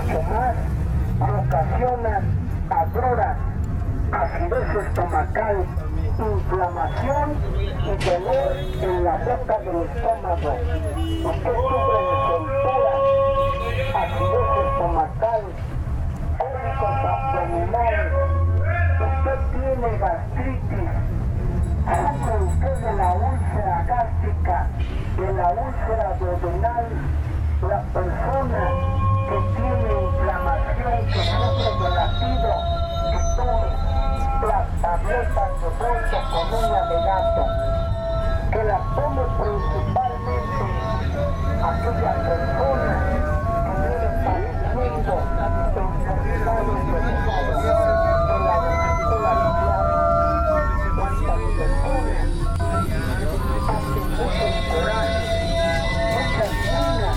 mucho más, y ocasionan agruras, acidez estomacal, inflamación y dolor en la boca del estómago. Usted sufre de soltura, acidez estomacal, cólicos abdominales, usted tiene gastritis, sufre usted de la úlcera gástrica, de la úlcera duodenal, la persona que tiene inflamación, que sufre de latido, que tome las tabletas de bolsa con uña de gato, que las tome principalmente aquella persona que viene padeciendo enfermedades de la vesícula biliar, cuantas personas hacen muchos corajes, muchas minas,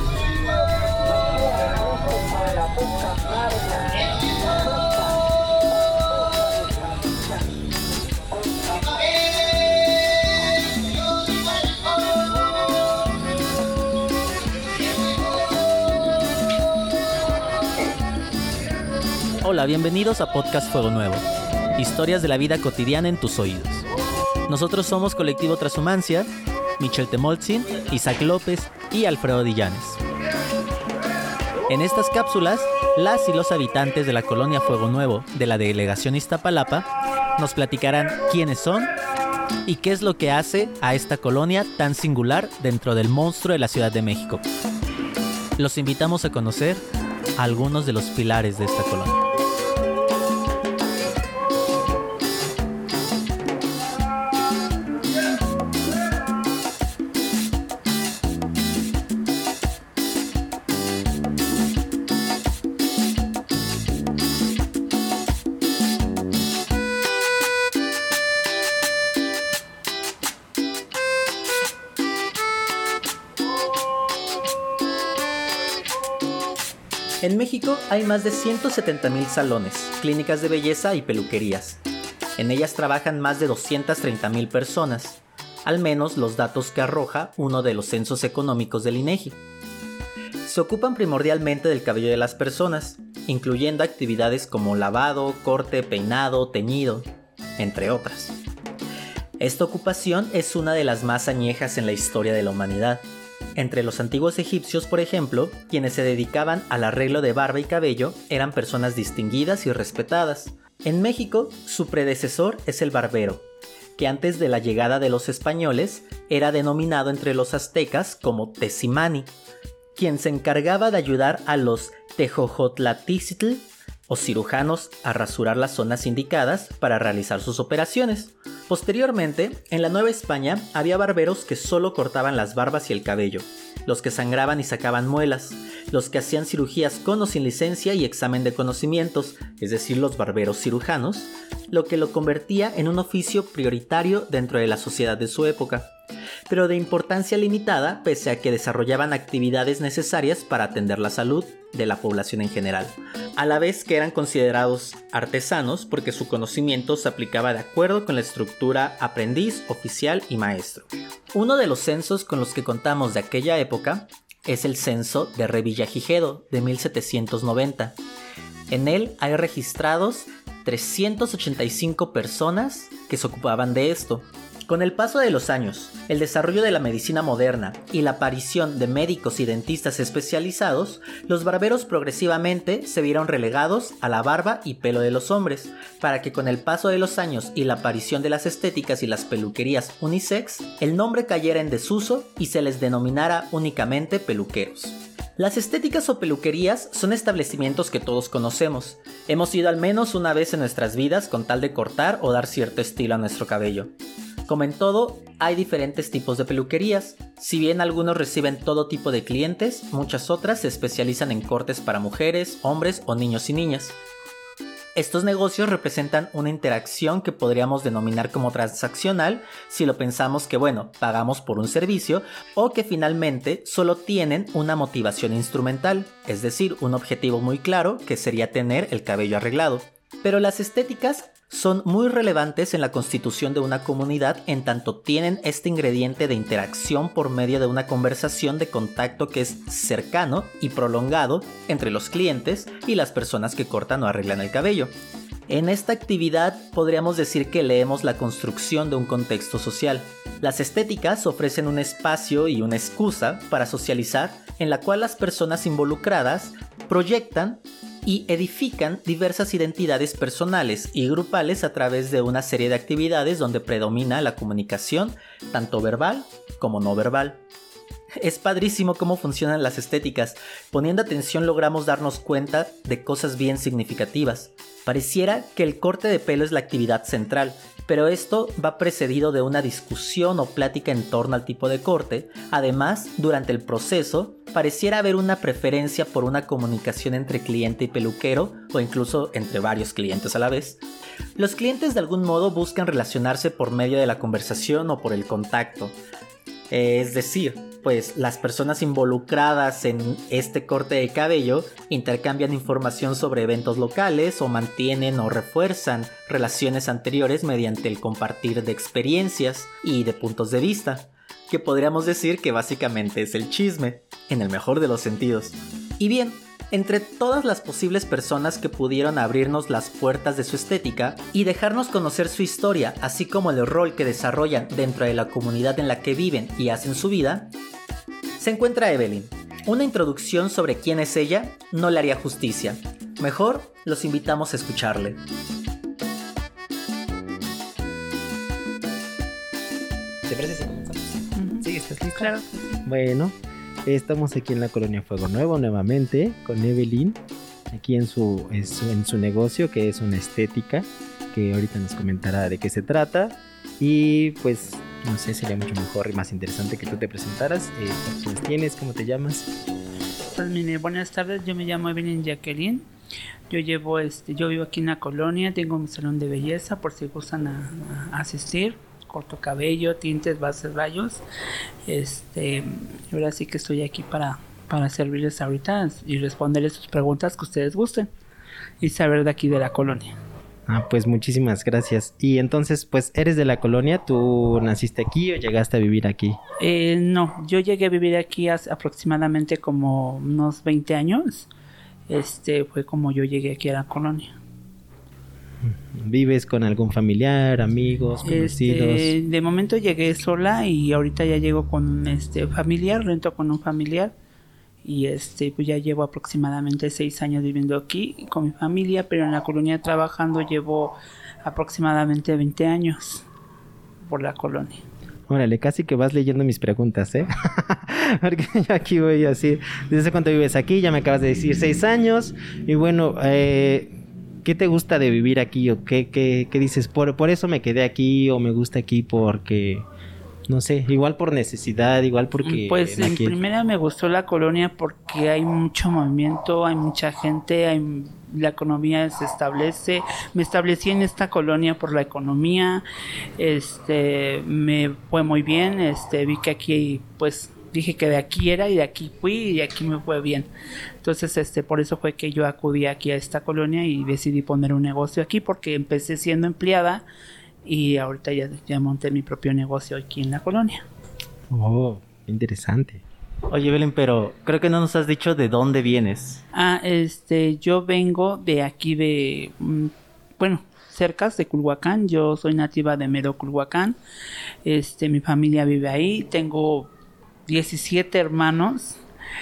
con la boca larga, Hola, bienvenidos a Podcast Fuego Nuevo, historias de la vida cotidiana en tus oídos. Nosotros somos Colectivo Transhumancia, Michel Temoltzin, Isaac López y Alfredo Dillanes. En estas cápsulas, las y los habitantes de la colonia Fuego Nuevo de la delegación Iztapalapa nos platicarán quiénes son y qué es lo que hace a esta colonia tan singular dentro del monstruo de la Ciudad de México. Los invitamos a conocer a algunos de los pilares de esta colonia. En México hay más de 170,000 salones, clínicas de belleza y peluquerías. En ellas trabajan más de 230,000 personas, al menos los datos que arroja uno de los censos económicos del INEGI. Se ocupan primordialmente del cabello de las personas, incluyendo actividades como lavado, corte, peinado, teñido, entre otras. Esta ocupación es una de las más añejas en la historia de la humanidad. Entre los antiguos egipcios, por ejemplo, quienes se dedicaban al arreglo de barba y cabello eran personas distinguidas y respetadas. En México, su predecesor es el barbero, que antes de la llegada de los españoles era denominado entre los aztecas como Tezimani, quien se encargaba de ayudar a los Tejojotlaticitl o cirujanos a rasurar las zonas indicadas para realizar sus operaciones. Posteriormente, en la Nueva España había barberos que solo cortaban las barbas y el cabello, los que sangraban y sacaban muelas, los que hacían cirugías con o sin licencia y examen de conocimientos, es decir, los barberos cirujanos, lo que lo convertía en un oficio prioritario dentro de la sociedad de su época, pero de importancia limitada pese a que desarrollaban actividades necesarias para atender la salud de la población en general, a la vez que eran considerados artesanos porque su conocimiento se aplicaba de acuerdo con la estructura aprendiz, oficial y maestro. Uno de los censos con los que contamos de aquella época es el censo de Revillagigedo de 1790. En él hay registrados 385 personas que se ocupaban de esto. Con el paso de los años, el desarrollo de la medicina moderna y la aparición de médicos y dentistas especializados, los barberos progresivamente se vieron relegados a la barba y pelo de los hombres, para que con el paso de los años y la aparición de las estéticas y las peluquerías unisex, el nombre cayera en desuso y se les denominara únicamente peluqueros. Las estéticas o peluquerías son establecimientos que todos conocemos. Hemos ido al menos una vez en nuestras vidas con tal de cortar o dar cierto estilo a nuestro cabello. Como en todo, hay diferentes tipos de peluquerías. Si bien algunos reciben todo tipo de clientes, muchas otras se especializan en cortes para mujeres, hombres o niños y niñas. Estos negocios representan una interacción que podríamos denominar como transaccional si lo pensamos que, pagamos por un servicio, o que finalmente solo tienen una motivación instrumental, es decir, un objetivo muy claro que sería tener el cabello arreglado. Pero las estéticas son muy relevantes en la constitución de una comunidad en tanto tienen este ingrediente de interacción por medio de una conversación de contacto que es cercano y prolongado entre los clientes y las personas que cortan o arreglan el cabello. En esta actividad podríamos decir que leemos la construcción de un contexto social. Las estéticas ofrecen un espacio y una excusa para socializar en la cual las personas involucradas proyectan y edifican diversas identidades personales y grupales a través de una serie de actividades donde predomina la comunicación, tanto verbal como no verbal. Es padrísimo cómo funcionan las estéticas. Poniendo atención logramos darnos cuenta de cosas bien significativas. Pareciera que el corte de pelo es la actividad central, pero esto va precedido de una discusión o plática en torno al tipo de corte. Además, durante el proceso, pareciera haber una preferencia por una comunicación entre cliente y peluquero, o incluso entre varios clientes a la vez. Los clientes de algún modo buscan relacionarse por medio de la conversación o por el contacto. Es decir, pues las personas involucradas en este corte de cabello intercambian información sobre eventos locales o mantienen o refuerzan relaciones anteriores mediante el compartir de experiencias y de puntos de vista, que podríamos decir que básicamente es el chisme, en el mejor de los sentidos. Y bien, entre todas las posibles personas que pudieron abrirnos las puertas de su estética y dejarnos conocer su historia, así como el rol que desarrollan dentro de la comunidad en la que viven y hacen su vida, se encuentra Evelyn. Una introducción sobre quién es ella no le haría justicia. Mejor los invitamos a escucharle. ¿Te parece si comenzamos? Sí, ¿estás lista? Claro. Bueno, estamos aquí en la Colonia Fuego Nuevo nuevamente con Evelyn, aquí en su negocio, que es una estética, que ahorita nos comentará de qué se trata. Y pues, no sé, sería mucho mejor y más interesante que tú te presentaras. ¿Cuántos años tienes? ¿Cómo te llamas? Pues mire, buenas tardes, yo me llamo Evelyn Jacqueline. Yo vivo aquí en la colonia, tengo mi salón de belleza por si gustan a asistir. Corto cabello, tintes, bases, rayos. Ahora sí que estoy aquí para servirles ahorita y responderles sus preguntas que ustedes gusten y saber de aquí de la colonia. Pues muchísimas gracias. Y entonces, pues, ¿eres de la colonia? ¿Tú naciste aquí o llegaste a vivir aquí? No, yo llegué a vivir aquí hace aproximadamente como unos 20 años. Fue como yo llegué aquí a la colonia. ¿Vives con algún familiar, amigos, conocidos? De momento llegué sola y ahorita ya llego con familiar, rento con un familiar. Y pues ya llevo aproximadamente 6 años viviendo aquí con mi familia, pero en la colonia trabajando llevo aproximadamente 20 años por la colonia. Órale, casi que vas leyendo mis preguntas, ¿eh? Porque yo aquí voy así. ¿Desde cuánto vives aquí? Ya me acabas de decir 6 años. Y bueno, ¿qué te gusta de vivir aquí? ¿O qué dices? Por eso me quedé aquí, o me gusta aquí porque... No sé, igual por necesidad, igual porque... Pues en primera me gustó la colonia porque hay mucho movimiento, hay mucha gente, la economía se establece. Me establecí en esta colonia por la economía, me fue muy bien, vi que aquí, pues dije que de aquí era y de aquí fui y de aquí me fue bien. Entonces, por eso fue que yo acudí aquí a esta colonia y decidí poner un negocio aquí porque empecé siendo empleada. Y ahorita ya monté mi propio negocio aquí en la colonia. Oh, interesante. Oye, Evelyn, pero creo que no nos has dicho de dónde vienes. Yo vengo de aquí cerca de Culhuacán. Yo soy nativa de Mero, Culhuacán. Mi familia vive ahí. Tengo 17 hermanos.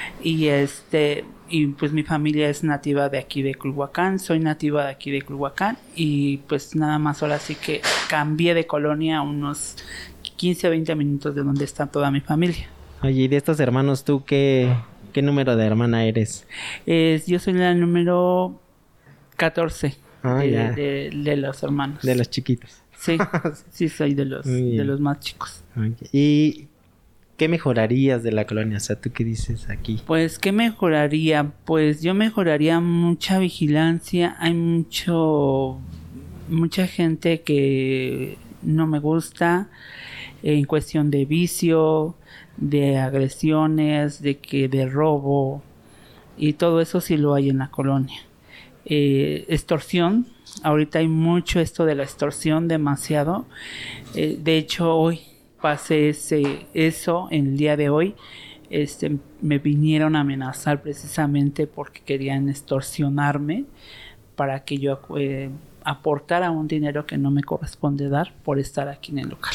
Y pues mi familia es nativa de aquí de Culhuacán, soy nativa de aquí de Culhuacán y pues nada más ahora sí que cambié de colonia a unos 15 o 20 minutos de donde está toda mi familia. Oye, y de estos hermanos, ¿tú qué número de hermana eres? Yo soy la número 14 de los hermanos. De los chiquitos. Sí, sí soy de los más chicos. Okay. ¿Y qué mejorarías de la colonia? O sea, ¿tú qué dices aquí? Pues, ¿qué mejoraría? Pues yo mejoraría mucha vigilancia. Hay mucha gente que no me gusta en cuestión de vicio, de agresiones, de robo y todo eso sí lo hay en la colonia. extorsión. Ahorita hay mucho esto de la extorsión, demasiado. De hecho, hoy pasé eso en el día de hoy. Me vinieron a amenazar precisamente porque querían extorsionarme para que yo aportara un dinero que no me corresponde dar por estar aquí en el local.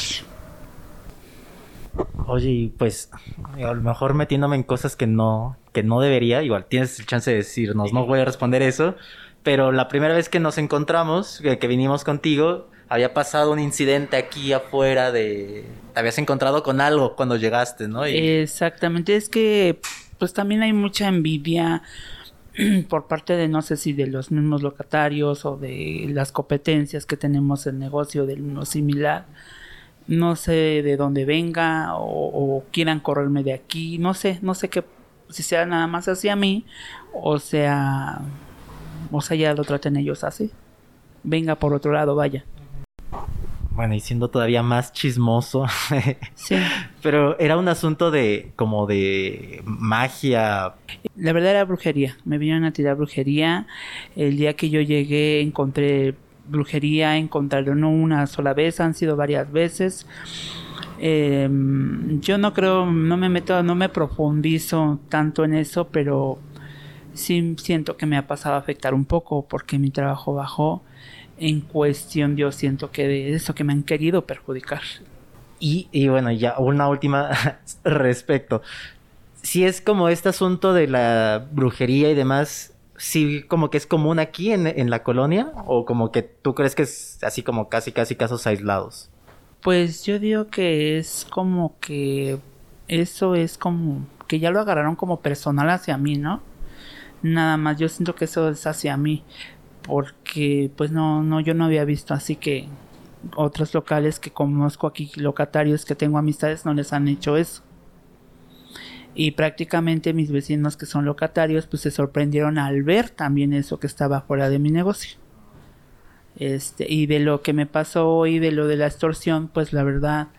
Oye, y pues a lo mejor metiéndome en cosas que no debería, igual tienes el chance de decirnos, no voy a responder eso, pero la primera vez que nos encontramos, que vinimos contigo, había pasado un incidente aquí afuera te habías encontrado con algo cuando llegaste, ¿no? Exactamente, es que pues también hay mucha envidia por parte de, no sé si de los mismos locatarios o de las competencias que tenemos en el negocio de uno similar. No sé de dónde venga o quieran correrme de aquí, no sé qué, si sea nada más hacia mí o sea ya lo traten ellos así. Venga por otro lado, vaya. Bueno, y siendo todavía más chismoso. Sí. Pero era un asunto como de magia. La verdad era brujería. Me vinieron a tirar brujería. El día que yo llegué encontré brujería, encontraron no una sola vez, han sido varias veces. Yo no creo, no me profundizo tanto en eso, pero sí siento que me ha pasado a afectar un poco porque mi trabajo bajó. En cuestión, yo siento que de eso que me han querido perjudicar. Y bueno, ya una última respecto. Si es como este asunto de la brujería y demás, sí como que es común aquí en la colonia, o como que tú crees que es así como casi casos aislados. Pues yo digo que es como que eso es como que ya lo agarraron como personal hacia mí, ¿no? Nada más, yo siento que eso es hacia mí. Porque pues no, yo no había visto así que otros locales que conozco aquí, locatarios que tengo amistades, no les han hecho eso. Y prácticamente mis vecinos que son locatarios pues se sorprendieron al ver también eso que estaba fuera de mi negocio. Y de lo que me pasó hoy, de lo de la extorsión, pues la verdad,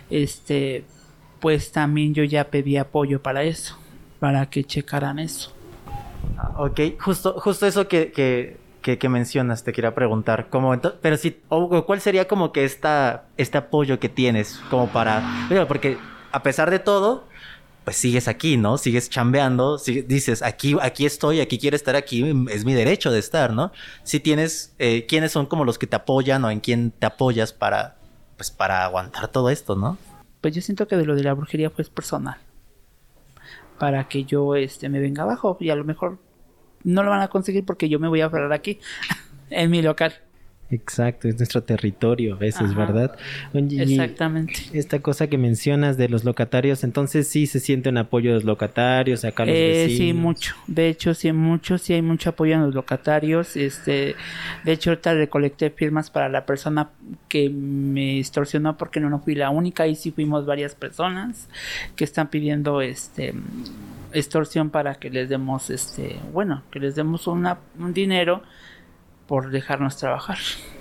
pues también yo ya pedí apoyo para eso, para que checaran eso. Ok, justo eso que mencionas, te quería preguntar, pero sí, ¿cuál sería como que este apoyo que tienes como para, porque a pesar de todo, pues sigues aquí, ¿no? Sigues chambeando, dices, aquí estoy, aquí quiero estar aquí, es mi derecho de estar, ¿no? Si tienes, ¿quiénes son como los que te apoyan o en quién te apoyas para aguantar todo esto, ¿no? Pues yo siento que de lo de la brujería fue personal, para que yo me venga abajo y a lo mejor no lo van a conseguir porque yo me voy a aferrar aquí, en mi local. Exacto, es nuestro territorio a veces, ajá, ¿verdad? Oye, exactamente. Esta cosa que mencionas de los locatarios, entonces sí se siente un apoyo de los locatarios, acá los vecinos. Sí, mucho. De hecho, sí hay mucho apoyo en los locatarios. De hecho, ahorita recolecté firmas para la persona que me extorsionó porque no fui la única, y sí fuimos varias personas que están pidiendo extorsión para que les demos que les demos un dinero por dejarnos trabajar.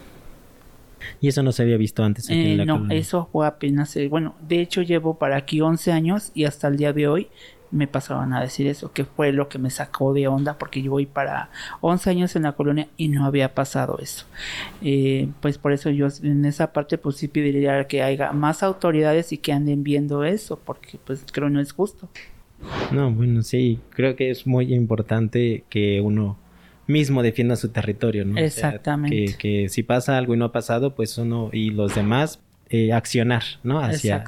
¿Y eso no se había visto antes aquí en la colonia? No, eso fue apenas, de hecho llevo para aquí 11 años y hasta el día de hoy me pasaban a decir eso, que fue lo que me sacó de onda, porque yo voy para 11 años en la colonia y no había pasado eso. Pues por eso yo en esa parte pues sí pediría que haya más autoridades y que anden viendo eso, porque pues creo no es justo. No, bueno, sí, creo que es muy importante que uno mismo defienda su territorio, ¿no? Exactamente. O sea, que si pasa algo y no ha pasado, pues uno y los demás accionar, ¿no?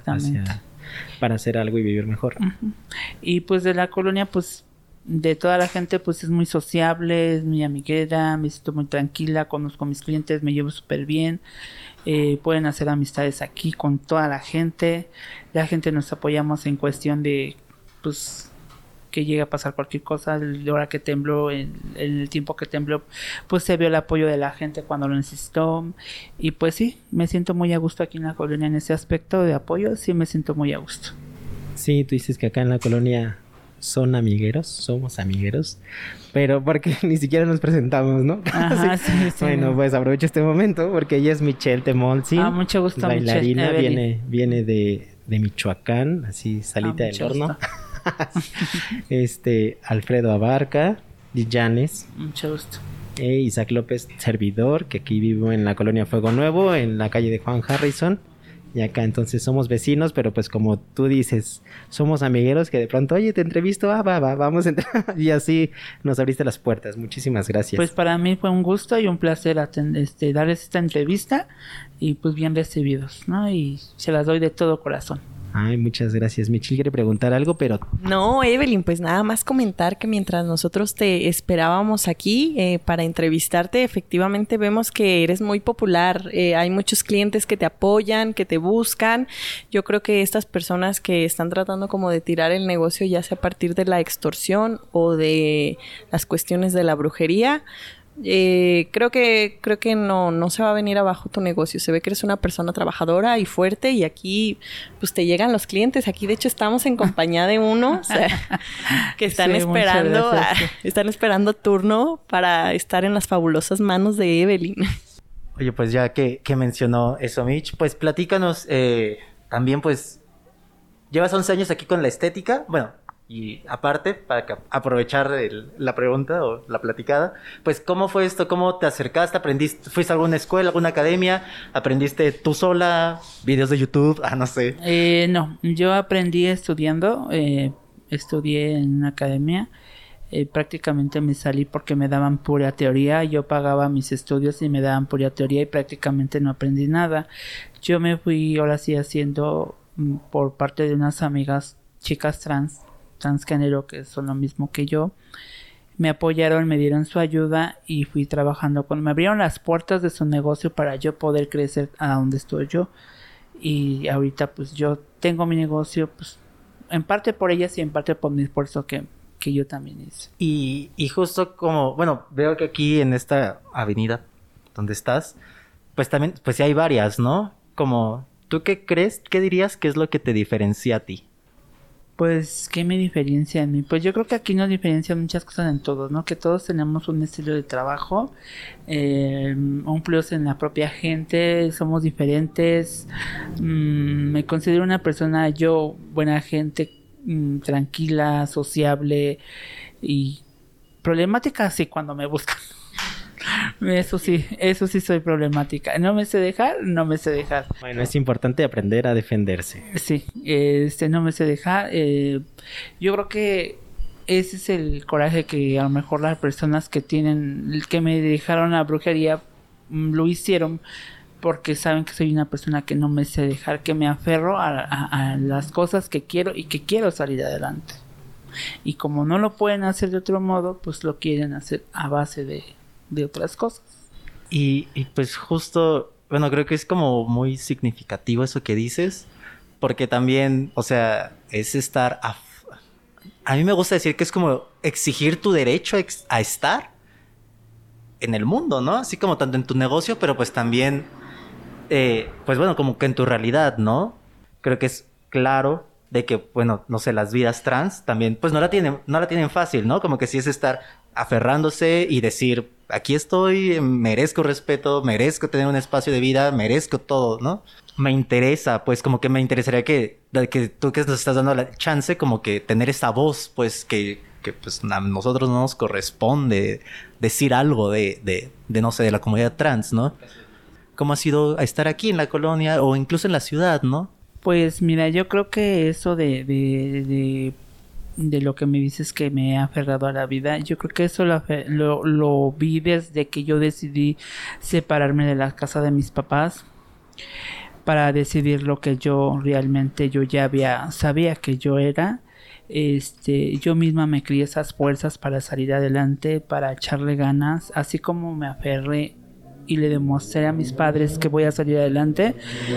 Para hacer algo y vivir mejor. Uh-huh. Y pues de la colonia, pues de toda la gente, pues es muy sociable, es muy amiguera, me siento muy tranquila, conozco a mis clientes, me llevo súper bien. Pueden hacer amistades aquí con toda la gente nos apoyamos en cuestión de pues que llegue a pasar cualquier cosa. La hora que tembló, en el tiempo que tembló, pues se vio el apoyo de la gente cuando lo necesitó. Y pues sí, me siento muy a gusto aquí en la colonia en ese aspecto de apoyo. Sí, me siento muy a gusto. Sí, tú dices que acá en la colonia somos amigueros, pero porque ni siquiera nos presentamos, ¿no? Ajá, sí. Bueno, pues aprovecho este momento porque ella es Michelle Temolsi. Mucho gusto, bailarina, viene de Michoacán, así salita del horno. Alfredo Abarca y Janes. Mucho gusto. Isaac López, servidor, que aquí vivo en la colonia Fuego Nuevo, en la calle de Juan Harrison. Y acá entonces somos vecinos, pero pues como tú dices, somos amigueros que de pronto, oye, te entrevisto, vamos a entrar. Y así nos abriste las puertas. Muchísimas gracias. Pues para mí fue un gusto y un placer darles esta entrevista y pues bien recibidos, ¿no? Y se las doy de todo corazón. Ay, muchas gracias. Michelle quiere preguntar algo, pero... No, Evelyn, pues nada más comentar que mientras nosotros te esperábamos aquí para entrevistarte, efectivamente vemos que eres muy popular. Hay muchos clientes que te apoyan, que te buscan. Yo creo que estas personas que están tratando como de tirar el negocio, ya sea a partir de la extorsión o de las cuestiones de la brujería, creo que no se va a venir abajo tu negocio. Se ve que eres una persona trabajadora y fuerte, y aquí pues te llegan los clientes. Aquí de hecho estamos en compañía de uno, o sea, que están están esperando turno para estar en las fabulosas manos de Evelyn. Oye, pues ya que mencionó eso, Mitch, pues platícanos, también pues llevas 11 años aquí con la estética, bueno, y aparte, para aprovechar la pregunta o la platicada, pues ¿cómo fue esto? ¿Cómo te acercaste? ¿Aprendiste? ¿Fuiste a alguna escuela, alguna academia? ¿Aprendiste tú sola? ¿Videos de YouTube? No sé. No, yo aprendí estudiando, estudié en una academia. Prácticamente me salí porque me daban pura teoría. Yo pagaba mis estudios y me daban pura teoría y prácticamente no aprendí nada. Yo me fui ahora sí haciendo por parte de unas amigas, chicas transgénero, que son lo mismo que yo. Me apoyaron, me dieron su ayuda y fui trabajando me abrieron las puertas de su negocio para yo poder crecer a donde estoy yo. Y ahorita pues yo tengo mi negocio, pues en parte por ellas y en parte por mi esfuerzo que yo también hice. Y justo como, bueno, veo que aquí en esta avenida donde estás, pues también, pues sí hay varias, ¿no? Como, ¿tú qué crees? ¿Qué dirías que es lo que te diferencia a ti? Pues, ¿qué me diferencia en mí? Pues yo creo que aquí nos diferencian muchas cosas en todos, ¿no? Que todos tenemos un estilo de trabajo, un plus en la propia gente, somos diferentes. Me considero una persona, buena gente, tranquila, sociable y problemática, sí, cuando me buscan. Eso sí soy problemática. No me sé dejar. Bueno, es importante aprender a defenderse. Sí, no me sé dejar. Yo creo que ese es el coraje que a lo mejor las personas que me dejaron la brujería lo hicieron porque saben que soy una persona que no me sé dejar, que me aferro a las cosas que quiero y que quiero salir adelante. Y como no lo pueden hacer de otro modo, pues lo quieren hacer a base de otras cosas. Y pues justo, bueno, creo que es como muy significativo eso que dices, porque también, o sea, es estar... A mí me gusta decir que es como exigir tu derecho a estar en el mundo, ¿no? Así como tanto en tu negocio, pero pues también, pues bueno, como que en tu realidad, ¿no? Creo que es claro de que, bueno, no sé, las vidas trans también, pues no la tienen fácil, ¿no? Como que sí es estar aferrándose y decir, aquí estoy, merezco respeto, merezco tener un espacio de vida, merezco todo, ¿no? Me interesa, pues como que me interesaría que tú que nos estás dando la chance, como que tener esa voz, pues que pues a nosotros no nos corresponde decir algo de no sé, de la comunidad trans, ¿no? ¿Cómo ha sido estar aquí en la colonia o incluso en la ciudad, no? Pues mira, yo creo que eso de lo que me dices que me he aferrado a la vida, yo creo que eso lo vi desde que yo decidí separarme de la casa de mis papás para decidir lo que yo realmente sabía que yo era. Yo misma me crié esas fuerzas para salir adelante, para echarle ganas, así como me aferré y le demostré a mis padres que voy a salir adelante,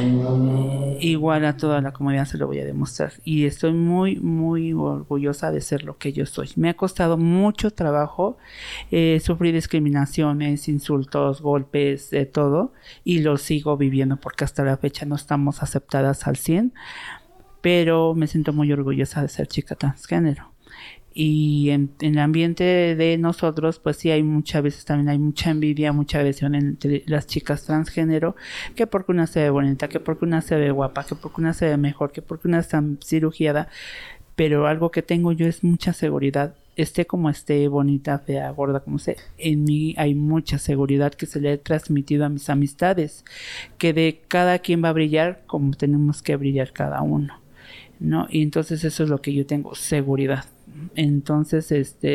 igual a toda la comunidad se lo voy a demostrar, y estoy muy muy orgullosa de ser lo que yo soy. Me ha costado mucho trabajo, sufrí discriminaciones, insultos, golpes, de todo, y lo sigo viviendo porque hasta la fecha no estamos aceptadas al 100%, pero me siento muy orgullosa de ser chica transgénero. Y en el ambiente de nosotros, pues sí, muchas veces también hay mucha envidia, mucha agresión entre las chicas transgénero, que porque una se ve bonita, que porque una se ve guapa, que porque una se ve mejor, que porque una está cirugiada. Pero algo que tengo yo es mucha seguridad esté como esté, bonita, fea, gorda, como sea, en mí hay mucha seguridad que se le he transmitido a mis amistades, que de cada quien va a brillar como tenemos que brillar cada uno, ¿no? Y entonces eso es lo que yo tengo, seguridad. Entonces,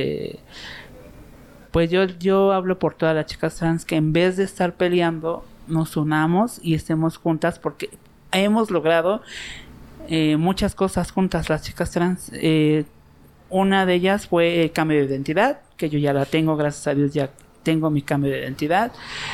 pues yo hablo por todas las chicas trans que en vez de estar peleando, nos unamos y estemos juntas, porque hemos logrado muchas cosas juntas las chicas trans. Una de ellas fue el cambio de identidad, que yo ya la tengo, gracias a Dios ya tengo mi cambio de identidad.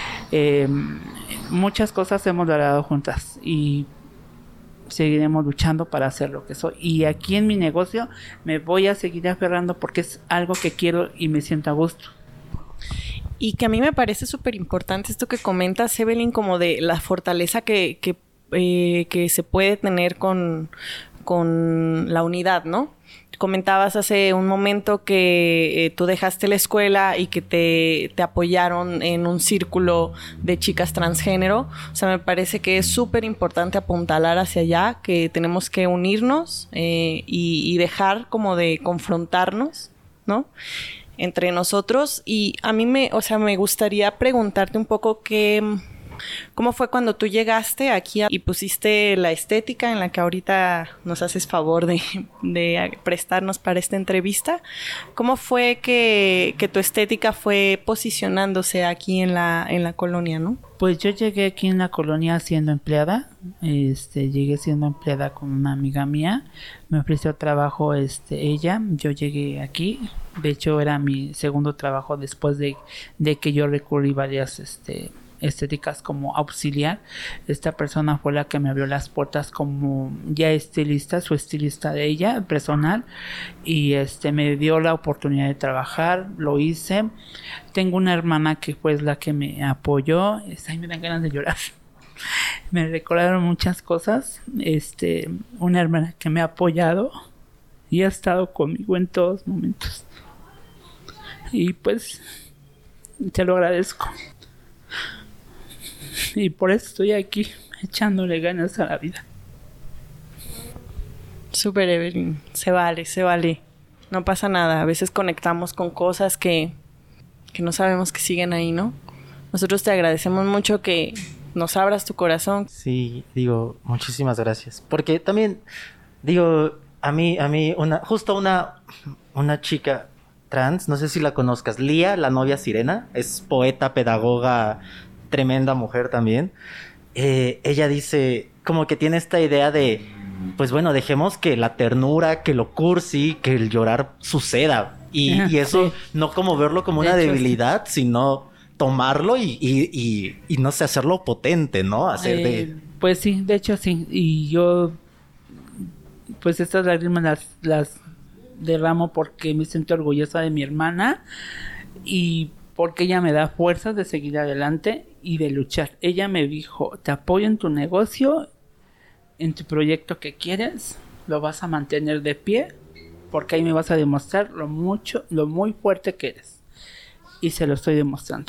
Muchas cosas hemos logrado juntas y seguiremos luchando para hacer lo que soy. Y aquí en mi negocio me voy a seguir aferrando porque es algo que quiero y me siento a gusto. Y que a mí me parece súper importante esto que comentas, Evelyn, como de la fortaleza que se puede tener con la unidad, ¿no? Comentabas hace un momento que tú dejaste la escuela y que te apoyaron en un círculo de chicas transgénero. O sea, me parece que es súper importante apuntalar hacia allá, que tenemos que unirnos y dejar como de confrontarnos, ¿no? Entre nosotros. Y a mí me gustaría preguntarte un poco ¿cómo fue cuando tú llegaste aquí y pusiste la estética en la que ahorita nos haces favor de prestarnos para esta entrevista? ¿Cómo fue que tu estética fue posicionándose aquí en la colonia, no? Pues yo llegué aquí en la colonia siendo empleada. Llegué siendo empleada con una amiga mía. Me ofreció trabajo ella. Yo llegué aquí. De hecho, era mi segundo trabajo después de que yo recurrí varias estéticas como auxiliar. Esta persona fue la que me abrió las puertas como ya estilista, su estilista de ella personal, y me dio la oportunidad de trabajar. Lo hice. Tengo una hermana que fue la que me apoyó. Ay, me dan ganas de llorar. Me recordaron muchas cosas. Una hermana que me ha apoyado y ha estado conmigo en todos momentos, y pues te lo agradezco. Y por eso estoy aquí, echándole ganas a la vida. Súper, Evelyn. Se vale. No pasa nada. A veces conectamos con cosas que no sabemos que siguen ahí, ¿no? Nosotros te agradecemos mucho que nos abras tu corazón. Sí, muchísimas gracias. Porque también, a mí, una chica trans, no sé si la conozcas, Lía, la novia Sirena, es poeta, pedagoga, tremenda mujer también. Ella dice, como que tiene esta idea de, pues bueno, dejemos que la ternura, que lo cursi, que el llorar suceda. Y eso, sí, no como verlo como una debilidad, sí, sino tomarlo y no sé, hacerlo potente, ¿no? Pues sí, de hecho sí. Y yo, pues estas lágrimas las derramo porque me siento orgullosa de mi hermana y porque ella me da fuerzas de seguir adelante y de luchar. Ella me dijo, te apoyo en tu negocio, en tu proyecto que quieres, lo vas a mantener de pie, porque ahí me vas a demostrar lo muy fuerte que eres. Y se lo estoy demostrando.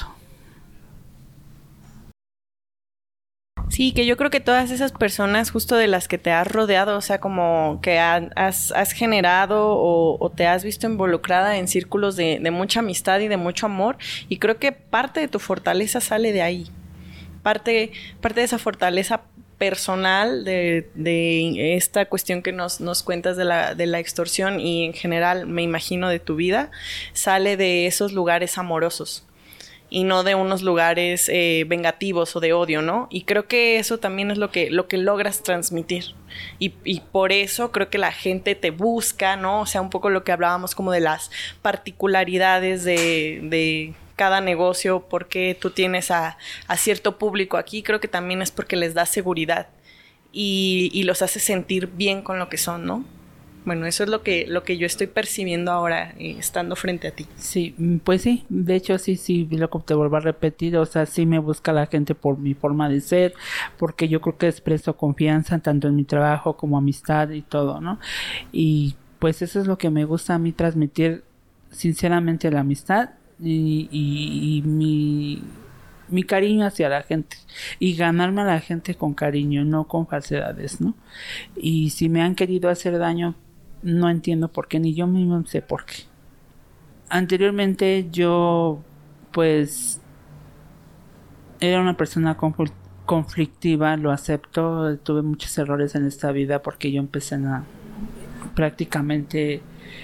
Sí, que yo creo que todas esas personas justo de las que te has rodeado, o sea, como que has generado o te has visto involucrada en círculos de mucha amistad y de mucho amor, y creo que parte de tu fortaleza sale de ahí. Parte de esa fortaleza personal de esta cuestión que nos cuentas de la extorsión y en general, me imagino, de tu vida, sale de esos lugares amorosos y no de unos lugares vengativos o de odio, ¿no? Y creo que eso también es lo que logras transmitir. Y por eso creo que la gente te busca, ¿no? O sea, un poco lo que hablábamos como de las particularidades de cada negocio, porque tú tienes a cierto público aquí, creo que también es porque les da seguridad y los hace sentir bien con lo que son, ¿no? Bueno, eso es lo que yo estoy percibiendo ahora estando frente a ti. Sí, pues sí, de hecho sí, lo que te vuelvo a repetir, o sea, sí me busca la gente por mi forma de ser, porque yo creo que expreso confianza tanto en mi trabajo como amistad y todo, ¿no? Y pues eso es lo que me gusta a mí transmitir, sinceramente, la amistad y mi cariño hacia la gente y ganarme a la gente con cariño, no con falsedades, ¿no? Y si me han querido hacer daño, no entiendo por qué, ni yo mismo sé por qué. Anteriormente yo pues era una persona conflictiva, lo acepto, tuve muchos errores en esta vida porque yo empecé a prácticamente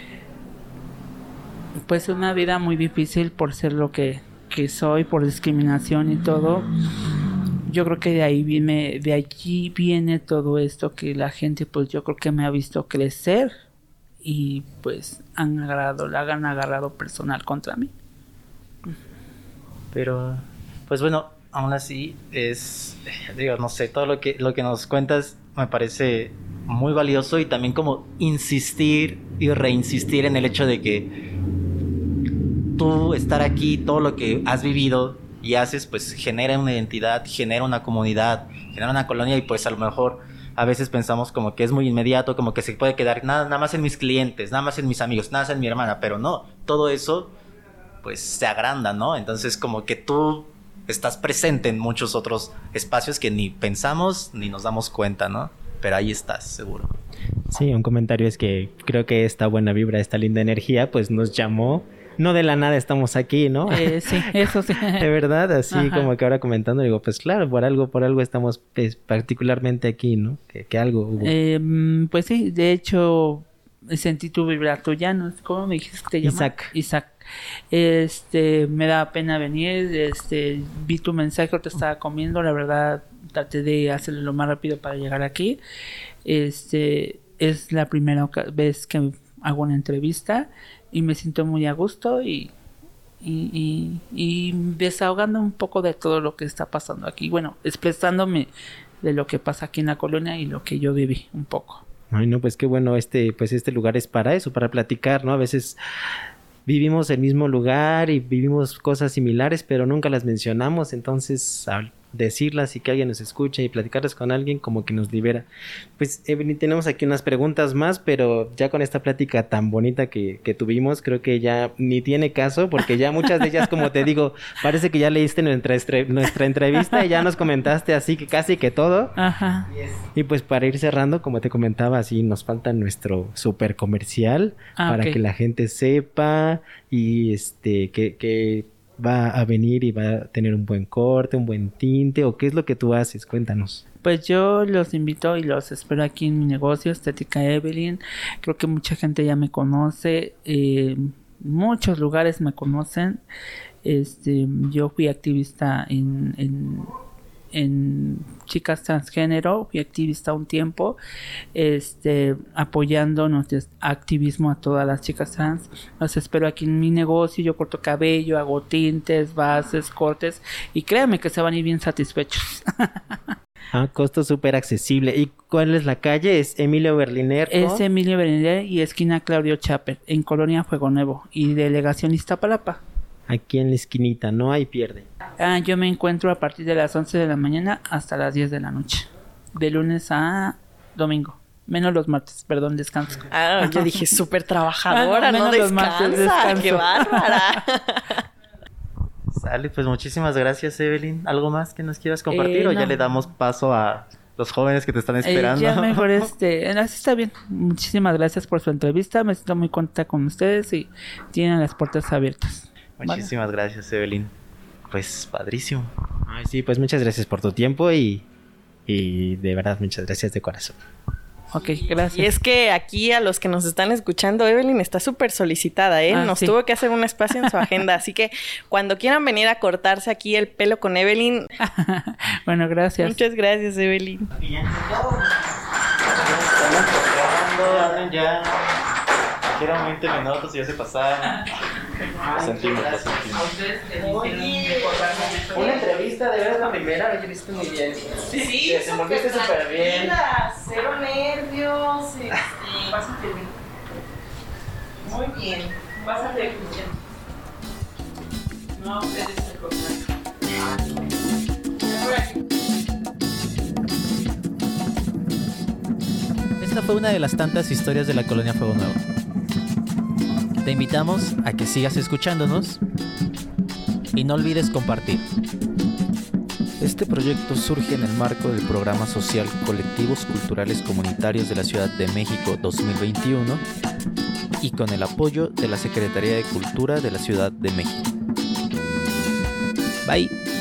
pues una vida muy difícil por ser lo que soy, por discriminación y todo. Yo creo que de allí viene todo esto, que la gente pues yo creo que me ha visto crecer y pues han agarrado personal contra mí. Pero, pues bueno, aún así digo, no sé, todo lo que nos cuentas me parece muy valioso y también como insistir y reinsistir en el hecho de que tú estar aquí, todo lo que has vivido y haces, pues genera una identidad, genera una comunidad, genera una colonia y pues a lo mejor a veces pensamos como que es muy inmediato, como que se puede quedar nada más en mis clientes, nada más en mis amigos, nada más en mi hermana, pero no, todo eso pues se agranda, ¿no? Entonces como que tú estás presente en muchos otros espacios que ni pensamos ni nos damos cuenta, ¿no? Pero ahí estás, seguro. Sí, un comentario es que creo que esta buena vibra, esta linda energía, pues nos llamó. No de la nada estamos aquí, ¿no? Sí, eso sí. De verdad, así Ajá. como que ahora comentando, digo, pues claro, por algo estamos pues, particularmente aquí, ¿no? Que algo hubo. Pues sí, de hecho sentí tu vibra tuya, ¿no? ¿Cómo me dijiste que te llamas? Isaac. Me da pena venir, vi tu mensaje, te estaba comiendo, la verdad traté de hacerlo lo más rápido para llegar aquí. Es la primera vez que hago una entrevista y me siento muy a gusto y desahogando un poco de todo lo que está pasando aquí. Bueno, expresándome de lo que pasa aquí en la colonia y lo que yo viví un poco. Ay, no, pues qué bueno, este lugar es para eso, para platicar, ¿no? A veces vivimos el mismo lugar y vivimos cosas similares, pero nunca las mencionamos, entonces al decirlas y que alguien nos escuche y platicarlas con alguien como que nos libera. Pues Evelyn, tenemos aquí unas preguntas más, pero ya con esta plática tan bonita que tuvimos, creo que ya ni tiene caso, porque ya muchas de ellas, como te digo, parece que ya leíste nuestra entrevista y ya nos comentaste así que casi que todo. Ajá. Y pues para ir cerrando, como te comentaba, así nos falta nuestro super comercial para que la gente sepa y que va a venir y va a tener un buen corte, un buen tinte, o qué es lo que tú haces, cuéntanos. Pues yo los invito y los espero aquí en mi negocio, Estética Evelyn. Creo que mucha gente ya me conoce, muchos lugares me conocen. Yo fui activista en chicas transgénero, fui activista un tiempo, apoyando nuestro activismo a todas las chicas trans. Los espero aquí en mi negocio, yo corto cabello, hago tintes, bases, cortes y créanme que se van a ir bien satisfechos. Costo súper accesible. ¿Y cuál es la calle? ¿Es Emilio Berliner? Es Emilio Berliner y esquina Claudio Chaper, en Colonia Fuego Nuevo y delegación Iztapalapa. Aquí en la esquinita, no hay pierde. Yo me encuentro a partir de las 11 de la mañana hasta las 10 de la noche. De lunes a domingo. Menos los martes, perdón, descanso. Yo dije súper trabajadora, no descansa. ¡Qué bárbara! Sale, pues muchísimas gracias, Evelyn. ¿Algo más que nos quieras compartir o ya le damos paso a los jóvenes que te están esperando? Ya mejor así está bien. Muchísimas gracias por su entrevista. Me siento muy contenta con ustedes y tienen las puertas abiertas. Muchísimas gracias, Evelyn. Pues padrísimo. Ay, sí, pues muchas gracias por tu tiempo y de verdad muchas gracias de corazón. Ok, gracias. Y es que aquí a los que nos están escuchando, Evelyn está súper solicitada, Nos tuvo que hacer un espacio en su agenda. Así que cuando quieran venir a cortarse aquí el pelo con Evelyn. Bueno, gracias. Muchas gracias, Evelyn. Bien. Ya. Quiero 20 minutos y ya se pasaron. Lo sentimos. Oye, Una entrevista, de verdad, la primera, me viste muy bien. Sí, te desenvolviste súper bien. Cero nervios. Pásate bien. Muy bien. Pásate bien. No, eres el contrario. Esta fue una de las tantas historias de la Colonia Fuego Nuevo. Te invitamos a que sigas escuchándonos y no olvides compartir. Este proyecto surge en el marco del programa social Colectivos Culturales Comunitarios de la Ciudad de México 2021 y con el apoyo de la Secretaría de Cultura de la Ciudad de México. Bye.